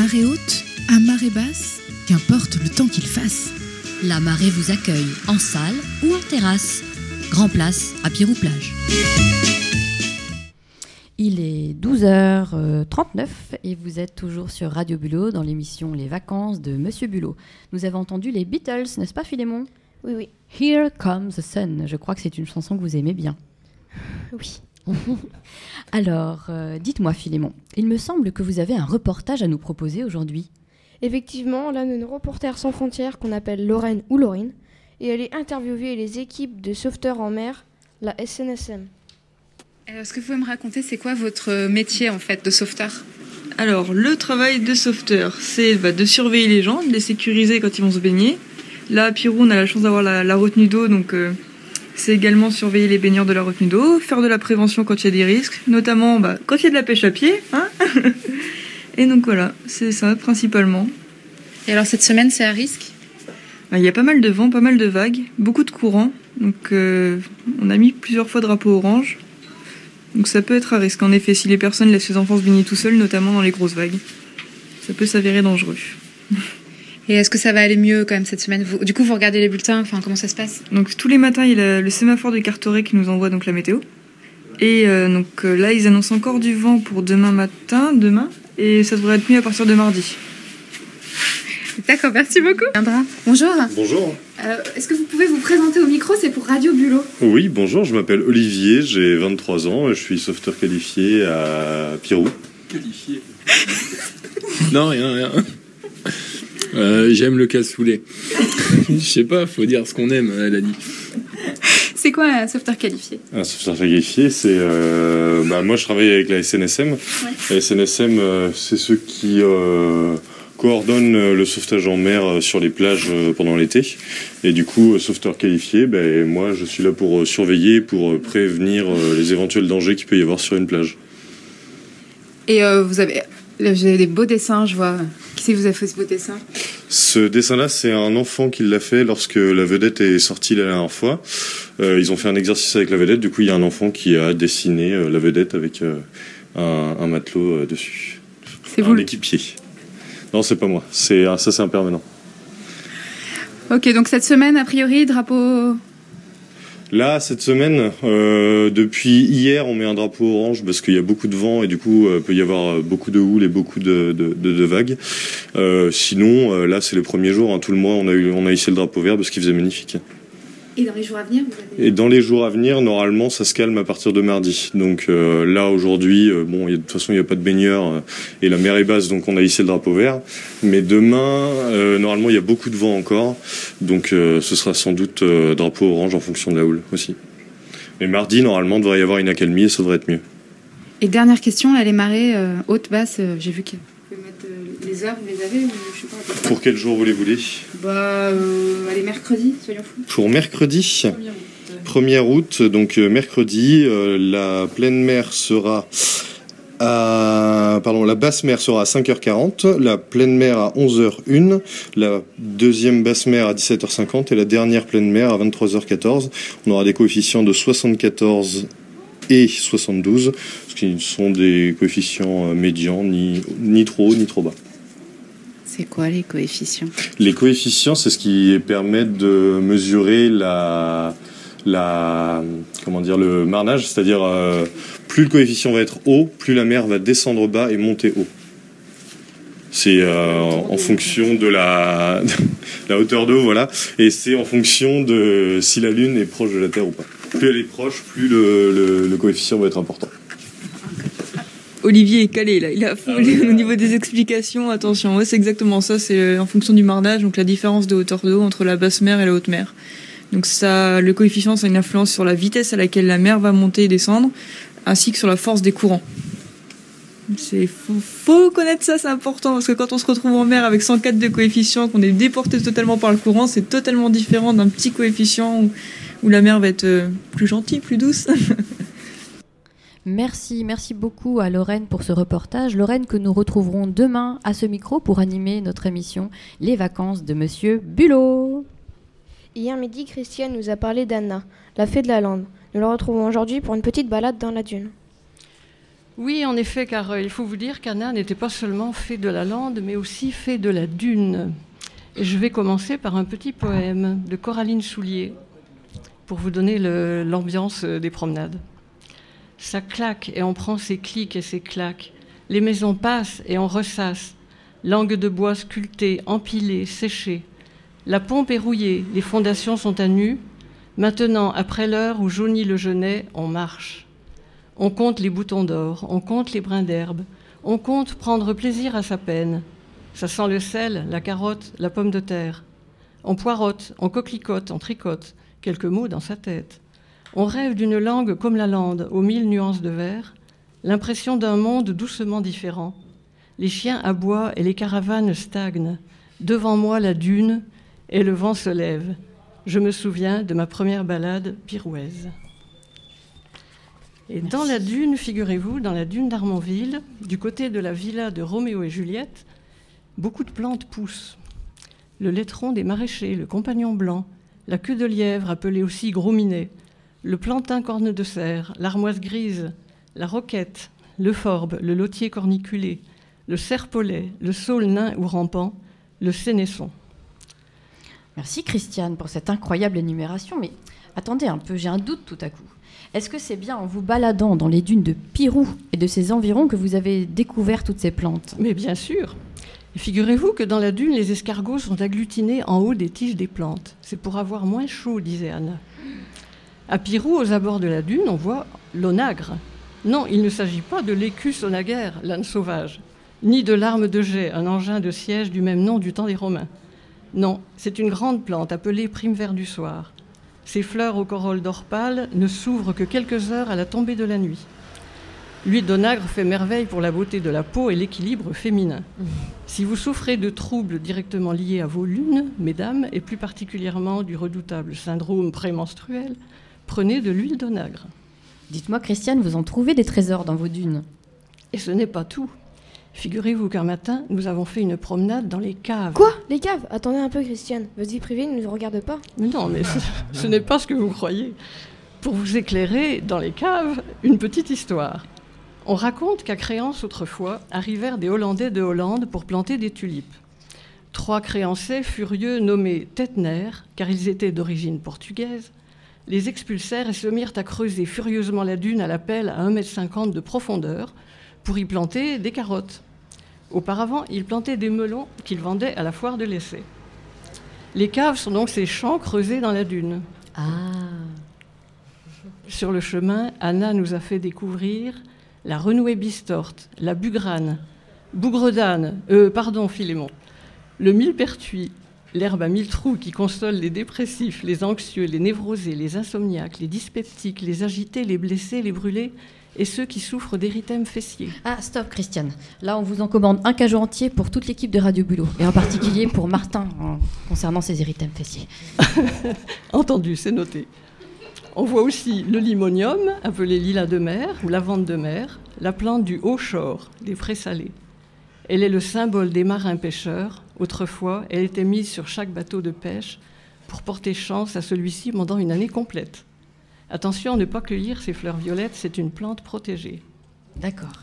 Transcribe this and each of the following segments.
marée haute, à marée basse, qu'importe le temps qu'il fasse. La marée vous accueille en salle ou en terrasse. Grand Place à Pirou-Plage. Il est 12h39 et vous êtes toujours sur Radio Bulot dans l'émission Les Vacances de Monsieur Bulot. Nous avons entendu les Beatles, n'est-ce pas Philémon ? Oui, oui. Here Comes the Sun. Je crois que c'est une chanson que vous aimez bien. Oui. Alors, dites-moi Philémon, il me semble que vous avez un reportage à nous proposer aujourd'hui. Effectivement, l'un de nos reporters sans frontières qu'on appelle Lorraine ou Laurine est allé interviewer les équipes de sauveteurs en mer, la SNSM. Alors, est-ce que vous pouvez me raconter, c'est quoi votre métier en fait de sauveteur ? Alors, le travail de sauveteur, c'est de surveiller les gens, de les sécuriser quand ils vont se baigner. Là, à Pirou, on a la chance d'avoir la retenue d'eau, donc c'est également surveiller les baigneurs de la retenue d'eau, faire de la prévention quand il y a des risques, notamment quand il y a de la pêche à pied. Hein. Et donc voilà, c'est ça principalement. Et alors, cette semaine, c'est à risque ? Il y a pas mal de vent, pas mal de vagues, beaucoup de courants. Donc on a mis plusieurs fois drapeau orange. Donc ça peut être à risque. En effet, si les personnes laissent les enfants se baigner tout seuls, notamment dans les grosses vagues, ça peut s'avérer dangereux. Et est-ce que ça va aller mieux quand même cette semaine ? Du coup, vous regardez les bulletins, comment ça se passe ? Donc tous les matins, il y a le sémaphore de Carteret qui nous envoie donc la météo. Et là, ils annoncent encore du vent pour demain matin, et ça devrait être mieux à partir de mardi. D'accord, merci beaucoup. Bonjour. Bonjour. Est-ce que vous pouvez vous présenter au micro ? C'est pour Radio Bulot. Oui, bonjour, je m'appelle Olivier, j'ai 23 ans, je suis sauveteur qualifié à Pirou. Qualifié. Non, rien. J'aime le cassoulet. Je sais pas, faut dire ce qu'on aime, elle a dit. C'est quoi un sauveteur qualifié ? Un sauveteur qualifié, c'est... moi, je travaille avec la SNSM. Ouais. La SNSM, c'est ceux qui coordonnent le sauvetage en mer sur les plages pendant l'été. Et du coup, sauveteur qualifié, moi, je suis là pour surveiller, pour prévenir les éventuels dangers qu'il peut y avoir sur une plage. Et vous avez des beaux dessins, je vois. Qui c'est qui vous a fait ce beau dessin ? Ce dessin-là, c'est un enfant qui l'a fait lorsque la vedette est sortie la dernière fois. Ils ont fait un exercice avec la vedette, du coup il y a un enfant qui a dessiné la vedette avec un matelot dessus. C'est vous ? Un équipier. Non, c'est pas moi, c'est un permanent. Ok, donc cette semaine, a priori, drapeau... Là, cette semaine, depuis hier, on met un drapeau orange parce qu'il y a beaucoup de vent et du coup, peut y avoir beaucoup de houle et beaucoup de vagues. Sinon, là, c'est le premier jour. Tout le mois, on a hissé le drapeau vert parce qu'il faisait magnifique. Et dans les jours à venir, Et dans les jours à venir, normalement, ça se calme à partir de mardi. Donc là, aujourd'hui, de toute façon, il n'y a pas de baigneurs et la mer est basse, donc on a hissé le drapeau vert. Mais demain, normalement, il y a beaucoup de vent encore. Donc ce sera sans doute drapeau orange en fonction de la houle aussi. Mais mardi, normalement, il devrait y avoir une accalmie et ça devrait être mieux. Et dernière question, là, les marées hautes, basses, j'ai vu que... Vous pouvez mettre les heures, vous les avez ou je sais pas. Pour quel jour vous les voulez ? Allez, mercredi, soyons fous. Pour mercredi, 1er août, donc mercredi, la pleine mer sera la basse mer sera à 5h40, la pleine mer à 11h01, la deuxième basse mer à 17h50 et la dernière pleine mer à 23h14. On aura des coefficients de 74 et 72, ce qui sont des coefficients médians, ni trop haut ni trop bas. C'est quoi les coefficients ? Les coefficients, c'est ce qui permet de mesurer le marnage, c'est-à-dire plus le coefficient va être haut, plus la mer va descendre bas et monter haut. C'est en fonction de la hauteur d'eau, voilà, et c'est en fonction de si la Lune est proche de la Terre ou pas. Plus elle est proche, plus le coefficient va être important. Olivier est calé, là. Il a fond au niveau des explications. Attention, ouais, c'est exactement ça. C'est en fonction du marnage, donc la différence de hauteur d'eau entre la basse mer et la haute mer. Donc ça, le coefficient, ça a une influence sur la vitesse à laquelle la mer va monter et descendre, ainsi que sur la force des courants. Faut connaître ça, c'est important, parce que quand on se retrouve en mer avec 104 de coefficient, qu'on est déporté totalement par le courant, c'est totalement différent d'un petit coefficient où la mer va être plus gentille, plus douce. Merci beaucoup à Lorraine pour ce reportage. Lorraine que nous retrouverons demain à ce micro pour animer notre émission Les Vacances de Monsieur Bulot. Hier midi, Christiane nous a parlé d'Anna, la fée de la lande. Nous la retrouvons aujourd'hui pour une petite balade dans la dune. Oui, en effet, car il faut vous dire qu'Anna n'était pas seulement fée de la lande, mais aussi fée de la dune. Et je vais commencer par un petit poème de Coraline Soulier, pour vous donner l'ambiance des promenades. Ça claque et on prend ses clics et ses claques. Les maisons passent et on ressasse. Langue de bois sculptée, empilée, séchée. La pompe est rouillée, les fondations sont à nu. Maintenant, après l'heure où jaunit le genêt, on marche. On compte les boutons d'or, on compte les brins d'herbe, on compte prendre plaisir à sa peine. Ça sent le sel, la carotte, la pomme de terre. On poirote, on coquelicote, on tricote, quelques mots dans sa tête. On rêve d'une langue comme la lande, aux 1000 nuances de vert, l'impression d'un monde doucement différent. Les chiens aboient et les caravanes stagnent. Devant moi, la dune, et le vent se lève. Je me souviens de ma première balade pirouaise. Et dans la dune, figurez-vous, dans la dune d'Armonville, du côté de la villa de Roméo et Juliette, beaucoup de plantes poussent. Le laiteron des maraîchers, le compagnon blanc, la queue de lièvre, appelée aussi gros minet, le plantain corne de cerf, l'armoise grise, la roquette, le forbe, le lotier corniculé, le serpolet, le saule nain ou rampant, le sénesson. Merci Christiane pour cette incroyable énumération, mais attendez un peu, j'ai un doute tout à coup. Est-ce que c'est bien en vous baladant dans les dunes de Pirou et de ses environs que vous avez découvert toutes ces plantes ? Mais bien sûr. Et figurez-vous que dans la dune, les escargots sont agglutinés en haut des tiges des plantes. C'est pour avoir moins chaud, disait Anna. À Pirou, aux abords de la dune, on voit l'onagre. Non, il ne s'agit pas de l'écus onager, l'âne sauvage, ni de l'arme de jet, un engin de siège du même nom du temps des Romains. Non, c'est une grande plante appelée prime-vert du soir. Ses fleurs aux corolles d'or pâle ne s'ouvrent que quelques heures à la tombée de la nuit. L'huile d'onagre fait merveille pour la beauté de la peau et l'équilibre féminin. Si vous souffrez de troubles directement liés à vos lunes, mesdames, et plus particulièrement du redoutable syndrome prémenstruel, prenez de l'huile d'onagre. Dites-moi, Christiane, vous en trouvez des trésors dans vos dunes ? Et ce n'est pas tout. Figurez-vous qu'un matin, nous avons fait une promenade dans les caves. Quoi ? Les caves ? Attendez un peu, Christiane. Votre vie privée ne nous regarde pas. Mais non, mais ce n'est pas ce que vous croyez. Pour vous éclairer, dans les caves, une petite histoire. On raconte qu'à Créance, autrefois, arrivèrent des Hollandais de Hollande pour planter des tulipes. 3 Créancais furieux nommés Tetner, car ils étaient d'origine portugaise, les expulsèrent et se mirent à creuser furieusement la dune à la pelle à 1,50 m de profondeur pour y planter des carottes. Auparavant, ils plantaient des melons qu'ils vendaient à la foire de l'Essai. Les caves sont donc ces champs creusés dans la dune. Ah. Sur le chemin, Anna nous a fait découvrir la renouée bistorte, la bugrane, Philémon, le millepertuis, l'herbe à 1000 trous qui console les dépressifs, les anxieux, les névrosés, les insomniaques, les dyspeptiques, les agités, les blessés, les brûlés et ceux qui souffrent d'érythème fessier. Ah, stop, Christiane. Là, on vous en commande un cajot entier pour toute l'équipe de Radio Bulot, et en particulier pour Martin, concernant ses érythèmes fessiers. Entendu, c'est noté. On voit aussi le limonium, appelé lilas de mer ou lavande de mer, la plante du haut-shore, des frais salés. Elle est le symbole des marins pêcheurs. Autrefois, elle était mise sur chaque bateau de pêche pour porter chance à celui-ci pendant une année complète. Attention à ne pas cueillir ces fleurs violettes, c'est une plante protégée. D'accord.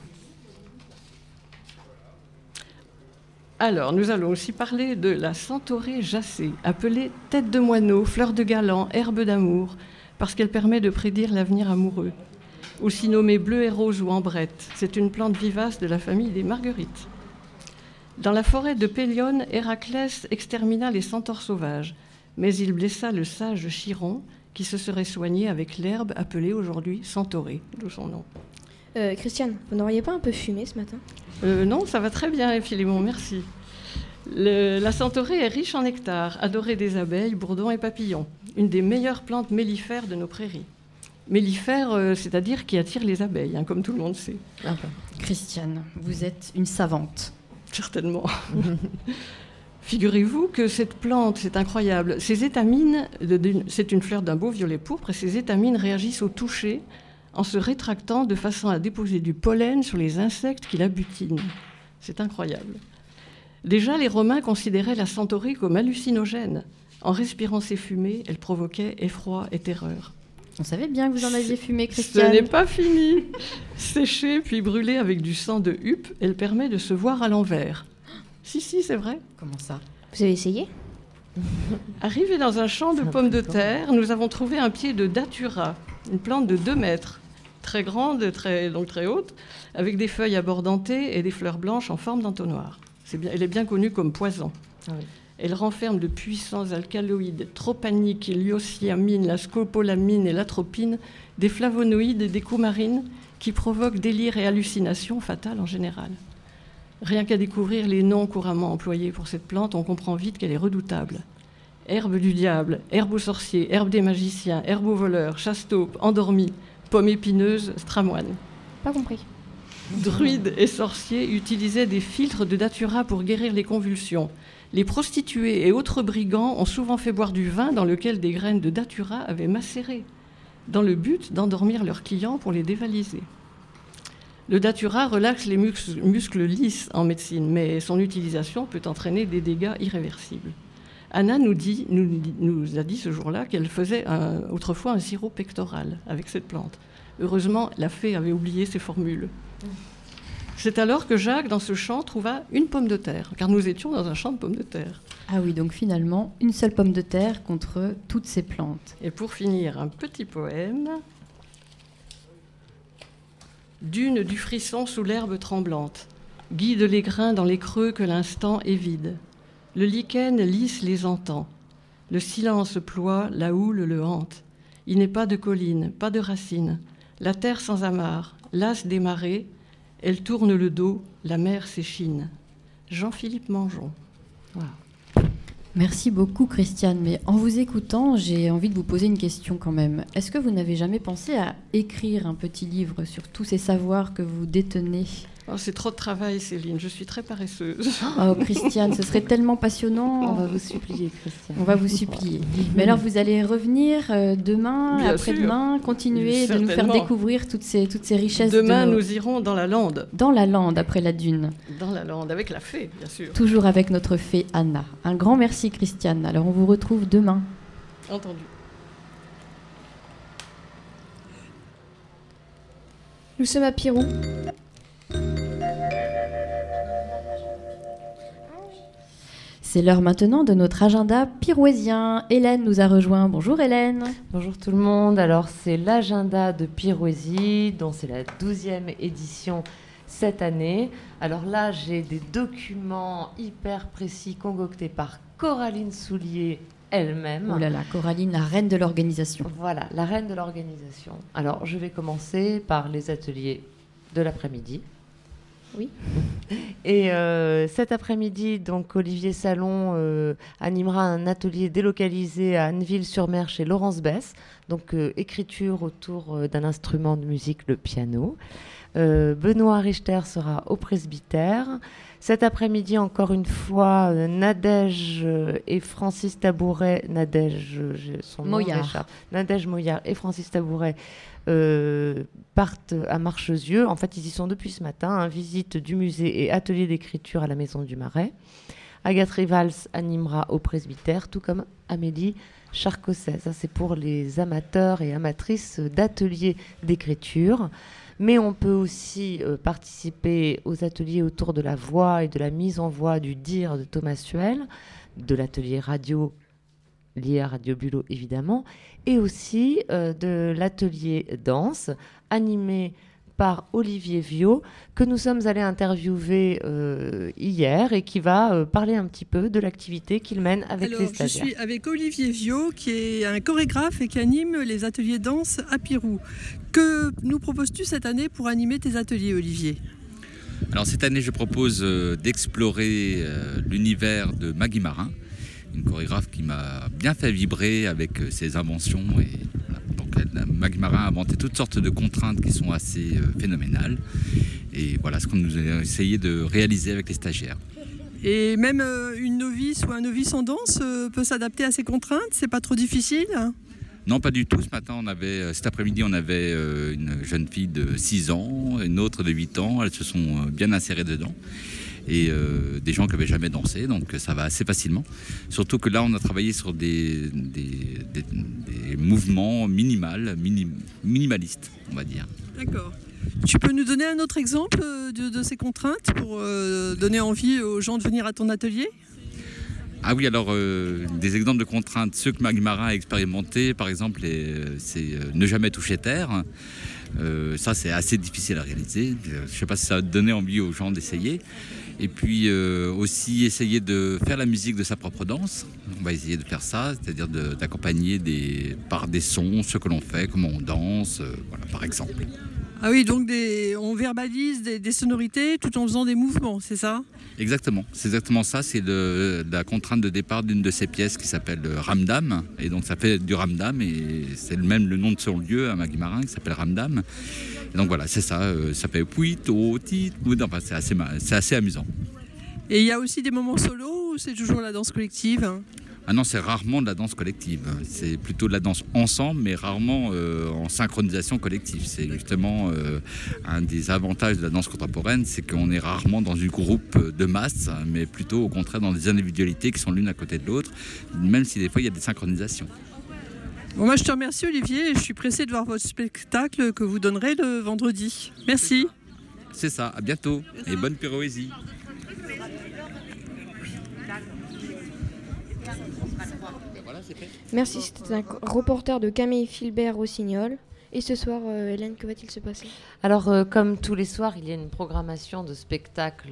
Alors, nous allons aussi parler de la centaurée jacée, appelée tête de moineau, fleur de galant, herbe d'amour, parce qu'elle permet de prédire l'avenir amoureux. Aussi nommée bleu et rose ou ambrette, c'est une plante vivace de la famille des marguerites. Dans la forêt de Pélione, Héraclès extermina les centaures sauvages, mais il blessa le sage Chiron, qui se serait soigné avec l'herbe appelée aujourd'hui centaurée, d'où son nom. Christiane, vous n'auriez pas un peu fumé ce matin ? Non, ça va très bien, Philémon, merci. La centaurée est riche en nectar, adorée des abeilles, bourdons et papillons, une des meilleures plantes mellifères de nos prairies. Mellifère, c'est-à-dire qui attire les abeilles, comme tout le monde sait. Ah ben. Christiane, vous êtes une savante. Certainement. Figurez-vous que cette plante, c'est incroyable. Ses étamines, c'est une fleur d'un beau violet pourpre, et ses étamines réagissent au toucher en se rétractant de façon à déposer du pollen sur les insectes qui la butinent. C'est incroyable. Déjà, les Romains considéraient la centaurée comme hallucinogène. En respirant ses fumées, elle provoquait effroi et terreur. On savait bien que vous en aviez fumé, Ce Christiane. n'est pas fini. Séchée puis brûlée avec du sang de huppe, elle permet de se voir à l'envers. Si, c'est vrai. Comment ça? Vous avez essayé? Arrivés dans un champ de pommes de terre, nous avons trouvé un pied de datura, une plante de 2 mètres, très grande, donc très haute, avec des feuilles à bords dentés et des fleurs blanches en forme d'entonnoir. Elle est bien connue comme poison. Ah oui. Elle renferme de puissants alcaloïdes, tropaniques, l'iocyanine, la scopolamine et l'atropine, des flavonoïdes et des coumarines qui provoquent délire et hallucinations fatales en général. Rien qu'à découvrir les noms couramment employés pour cette plante, on comprend vite qu'elle est redoutable. Herbe du diable, herbe aux sorciers, herbe des magiciens, herbe aux voleurs, chasse-taupe, endormie, pomme épineuse, stramoine. Pas compris. Druides et sorciers utilisaient des filtres de datura pour guérir les convulsions. Les prostituées et autres brigands ont souvent fait boire du vin dans lequel des graines de datura avaient macéré, dans le but d'endormir leurs clients pour les dévaliser. Le datura relaxe les muscles lisses en médecine, mais son utilisation peut entraîner des dégâts irréversibles. Anna nous a dit ce jour-là qu'elle faisait autrefois un sirop pectoral avec cette plante. Heureusement, la fée avait oublié ses formules. C'est alors que Jacques, dans ce champ, trouva une pomme de terre, car nous étions dans un champ de pommes de terre. Ah oui, donc finalement, une seule pomme de terre contre toutes ces plantes. Et pour finir, un petit poème. Dune du frisson sous l'herbe tremblante, guide les grains dans les creux que l'instant est vide. Le lichen lisse les entend. Le silence ploie, la houle le hante. Il n'est pas de collines, pas de racines. La terre sans amarre, lasse des marées, elle tourne le dos, la mer s'échine. Jean-Philippe Mangeon. Wow. Merci beaucoup, Christiane. Mais en vous écoutant, j'ai envie de vous poser une question quand même. Est-ce que vous n'avez jamais pensé à écrire un petit livre sur tous ces savoirs que vous détenez ? Oh, c'est trop de travail, Céline. Je suis très paresseuse. Oh, Christiane, ce serait tellement passionnant. On va vous supplier, Christiane. On va vous supplier. Mais alors, vous allez revenir demain, Bien après-demain, continuer de nous faire découvrir toutes ces richesses. Demain, nous irons dans la lande. Dans la lande, après la dune. Dans la lande, avec la fée, bien sûr. Toujours avec notre fée Anna. Un grand merci, Christiane. Alors, on vous retrouve demain. Entendu. Nous sommes à Pirou. C'est l'heure maintenant de notre agenda pirouésien. Hélène nous a rejoint. Bonjour Hélène. Bonjour tout le monde. Alors c'est l'agenda de Pirouésie, dont c'est la 12e édition cette année. Alors là, j'ai des documents hyper précis concoctés par Coraline Soulier elle-même. Oh là là, Coraline, la reine de l'organisation. Voilà, la reine de l'organisation. Alors je vais commencer par les ateliers de l'après-midi. Oui. Et cet après-midi, donc Olivier Salon animera un atelier délocalisé à Anneville-sur-Mer chez Laurence Besse, donc écriture autour d'un instrument de musique, le piano. Benoît Richter sera au presbytère. Cet après-midi, encore une fois, Nadège et Francis Tabouret, Nadège Moyard et Francis Tabouret partent à Marchesieux. En fait, ils y sont depuis ce matin. Visite du musée et atelier d'écriture à la Maison du Marais. Agathe Rivals animera au presbytère, tout comme Amélie Charcosset. Ça, c'est pour les amateurs et amatrices d'ateliers d'écriture. Mais on peut aussi participer aux ateliers autour de la voix et de la mise en voix du dire de Thomas Suel, de l'atelier radio lié à Radio Bulot évidemment, et aussi de l'atelier danse animé par Olivier Viau, que nous sommes allés interviewer hier et qui va parler un petit peu de l'activité qu'il mène avec les stagiaires. Je suis avec Olivier Viau, qui est un chorégraphe et qui anime les ateliers danse à Pirou. Que nous proposes-tu cette année pour animer tes ateliers, Olivier ? Alors cette année, je propose d'explorer l'univers de Maggie Marin, une chorégraphe qui m'a bien fait vibrer avec ses inventions. Et voilà. Donc Maggie Marin a inventé toutes sortes de contraintes qui sont assez phénoménales. Et voilà ce qu'on nous a essayé de réaliser avec les stagiaires. Et même une novice ou un novice en danse peut s'adapter à ces contraintes ? C'est pas trop difficile ? Non, pas du tout. Cet après-midi, on avait une jeune fille de 6 ans, une autre de 8 ans. Elles se sont bien insérées dedans. et des gens qui n'avaient jamais dansé, donc ça va assez facilement. Surtout que là, on a travaillé sur des mouvements minimalistes, on va dire. D'accord. Tu peux nous donner un autre exemple de ces contraintes pour donner envie aux gens de venir à ton atelier ? Ah oui, alors des exemples de contraintes, ceux que Maggie Marin a expérimenté, par exemple, c'est ne jamais toucher terre. Ça, c'est assez difficile à réaliser. Je ne sais pas si ça va donner envie aux gens d'essayer. Et puis aussi essayer de faire la musique de sa propre danse. On va essayer de faire ça, c'est-à-dire d'accompagner par des sons ce que l'on fait, comment on danse, voilà, par exemple. Ah oui, donc on verbalise des sonorités tout en faisant des mouvements, c'est ça ? Exactement, c'est exactement ça. C'est la contrainte de départ d'une de ces pièces qui s'appelle Ramdam. Et donc ça fait du Ramdam, et c'est même le nom de son lieu à Maggie Marin qui s'appelle Ramdam. Et donc voilà, c'est ça. Ça fait Puito, Tit, enfin, c'est assez amusant. Et il y a aussi des moments solo ou c'est toujours la danse collective ? Ah non, c'est rarement de la danse collective. C'est plutôt de la danse ensemble, mais rarement en synchronisation collective. C'est justement un des avantages de la danse contemporaine, c'est qu'on est rarement dans un groupe de masse, mais plutôt au contraire dans des individualités qui sont l'une à côté de l'autre, même si des fois il y a des synchronisations. Bon, moi je te remercie Olivier, et je suis pressée de voir votre spectacle que vous donnerez le vendredi. Merci. C'est ça, à bientôt. Merci. Et bonne pyroésie. Merci, c'était un reporter de Camille Filbert-Rossignol. Et ce soir, Hélène, que va-t-il se passer ? Alors, comme tous les soirs, il y a une programmation de spectacles.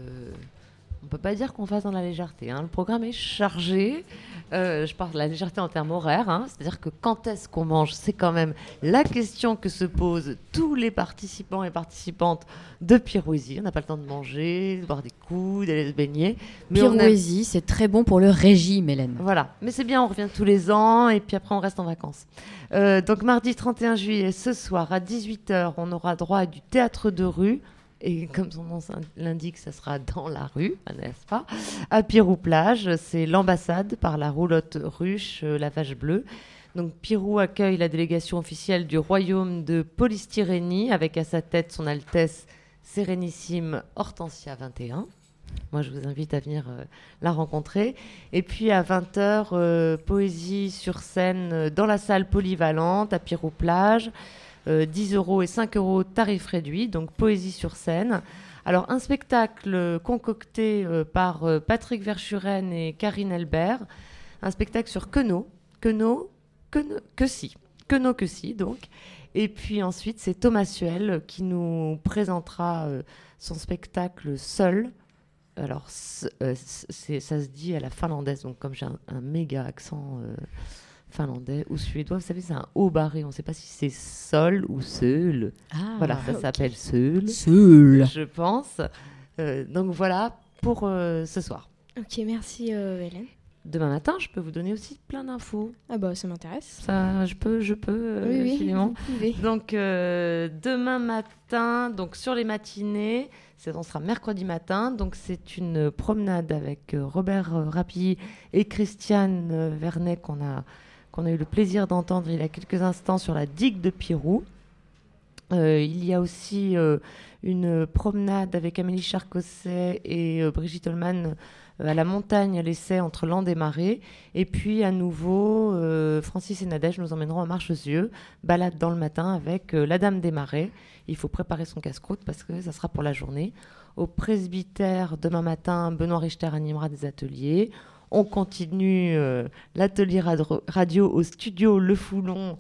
On ne peut pas dire qu'on fasse dans la légèreté. Le programme est chargé. Je parle de la légèreté en termes horaires. C'est-à-dire que quand est-ce qu'on mange ? C'est quand même la question que se posent tous les participants et participantes de Pyroésie. On n'a pas le temps de manger, de boire des coups, d'aller se baigner. Pyroésie, c'est très bon pour le régime, Hélène. Voilà. Mais c'est bien, on revient tous les ans et puis après on reste en vacances. Donc mardi 31 juillet, ce soir à 18h, on aura droit à du théâtre de rue. Et comme son nom l'indique, ça sera dans la rue, n'est-ce pas ? À Pirou-Plage, c'est l'ambassade par la roulotte ruche, la vache bleue. Donc Pirou accueille la délégation officielle du royaume de Polystyrénie, avec à sa tête son Altesse Sérénissime Hortensia 21. Moi, je vous invite à venir la rencontrer. Et puis à 20h, poésie sur scène dans la salle polyvalente à Pirou-Plage. 10 € et 5 € tarif réduit, donc poésie sur scène. Alors un spectacle concocté par Patrick Verschuren et Karine Elbert, un spectacle sur Queneau que si donc. Et puis ensuite c'est Thomas Suel qui nous présentera son spectacle Seul. Alors ça se dit à la finlandaise, donc comme j'ai un méga accent finlandais ou suédois, vous savez, c'est un haut barré, on ne sait pas si c'est sol ou seul. Voilà, ça s'appelle seul, je pense. Donc voilà pour ce soir. Ok, merci Hélène. Demain matin, je peux vous donner aussi plein d'infos. Ah bah ça m'intéresse. Ça, je peux, oui, finalement. Oui. Donc demain matin, donc sur les matinées, on sera mercredi matin, donc c'est une promenade avec Robert Rapilly et Christiane Vernet qu'on a eu le plaisir d'entendre il y a quelques instants sur la digue de Pirou. Il y a aussi une promenade avec Amélie Charcosset et Brigitte Holman à la montagne à l'essai entre Landes et Marais. Et puis à nouveau, Francis et Nadège nous emmèneront à Marchesieux, balade dans le matin avec la Dame des Marais. Il faut préparer son casse-croûte parce que ça sera pour la journée. Au presbytère, demain matin, Benoît Richter animera des ateliers. On continue l'atelier radio au studio Le Foulon,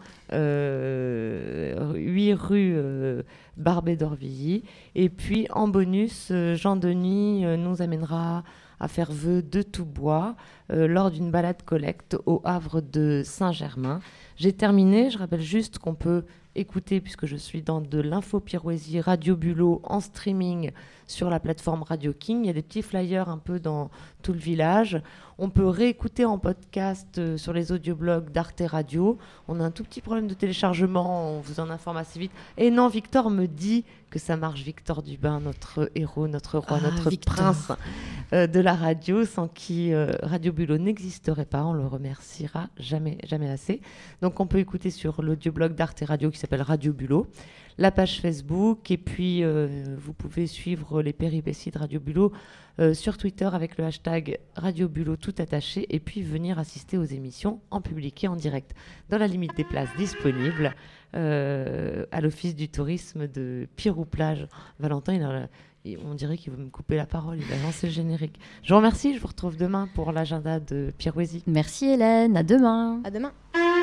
8 rue Barbet d'Orvilly. Et puis en bonus, Jean-Denis nous amènera à faire vœu de tout bois lors d'une balade collecte au Havre de Saint-Germain. J'ai terminé, je rappelle juste qu'on peut écouter, puisque je suis dans de l'info-pyroésie Radio Bulot en streaming sur la plateforme Radio King. Il y a des petits flyers un peu dans tout le village. On peut réécouter en podcast sur les audioblogs d'Arte Radio. On a un tout petit problème de téléchargement, on vous en informe assez vite. Et non, Victor me dit que ça marche. Victor Dubin, notre héros, notre roi, notre Victor. Prince de la radio, sans qui Radio Bulot n'existerait pas. On le remerciera jamais, jamais assez. Donc on peut écouter sur l'audioblog d'Arte Radio qui s'appelle Radio Bulot. la page Facebook, et puis vous pouvez suivre les péripéties de Radio Bulot sur Twitter avec le hashtag Radio Bulot tout attaché, et puis venir assister aux émissions en public et en direct dans la limite des places disponibles à l'Office du tourisme de Pirou-Plage. Valentin, on dirait qu'il veut me couper la parole, il va lancer le générique. Je vous remercie, je vous retrouve demain pour l'agenda de Pirouésie. Merci Hélène, à demain. À demain.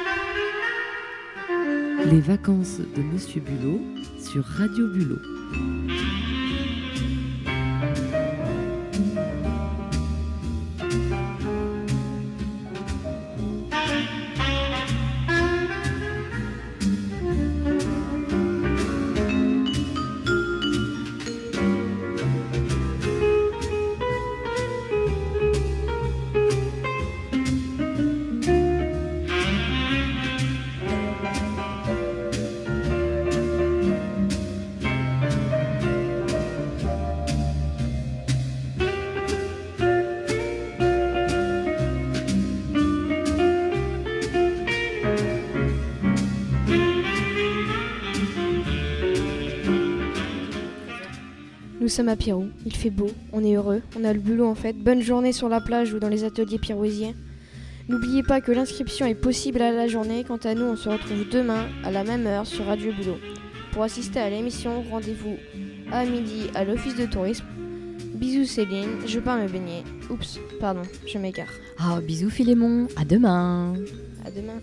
Les vacances de Monsieur Bulot sur Radio Bulot. Nous sommes à Pirou, il fait beau, on est heureux, on a le bulot en fait. Bonne journée sur la plage ou dans les ateliers pirouésiens. N'oubliez pas que l'inscription est possible à la journée. Quant à nous, on se retrouve demain à la même heure sur Radio Bulot. Pour assister à l'émission, rendez-vous à midi à l'office de tourisme. Bisous Céline, je pars me baigner. Oups, pardon, je m'égare. Ah, bisous Philémon, à demain. À demain.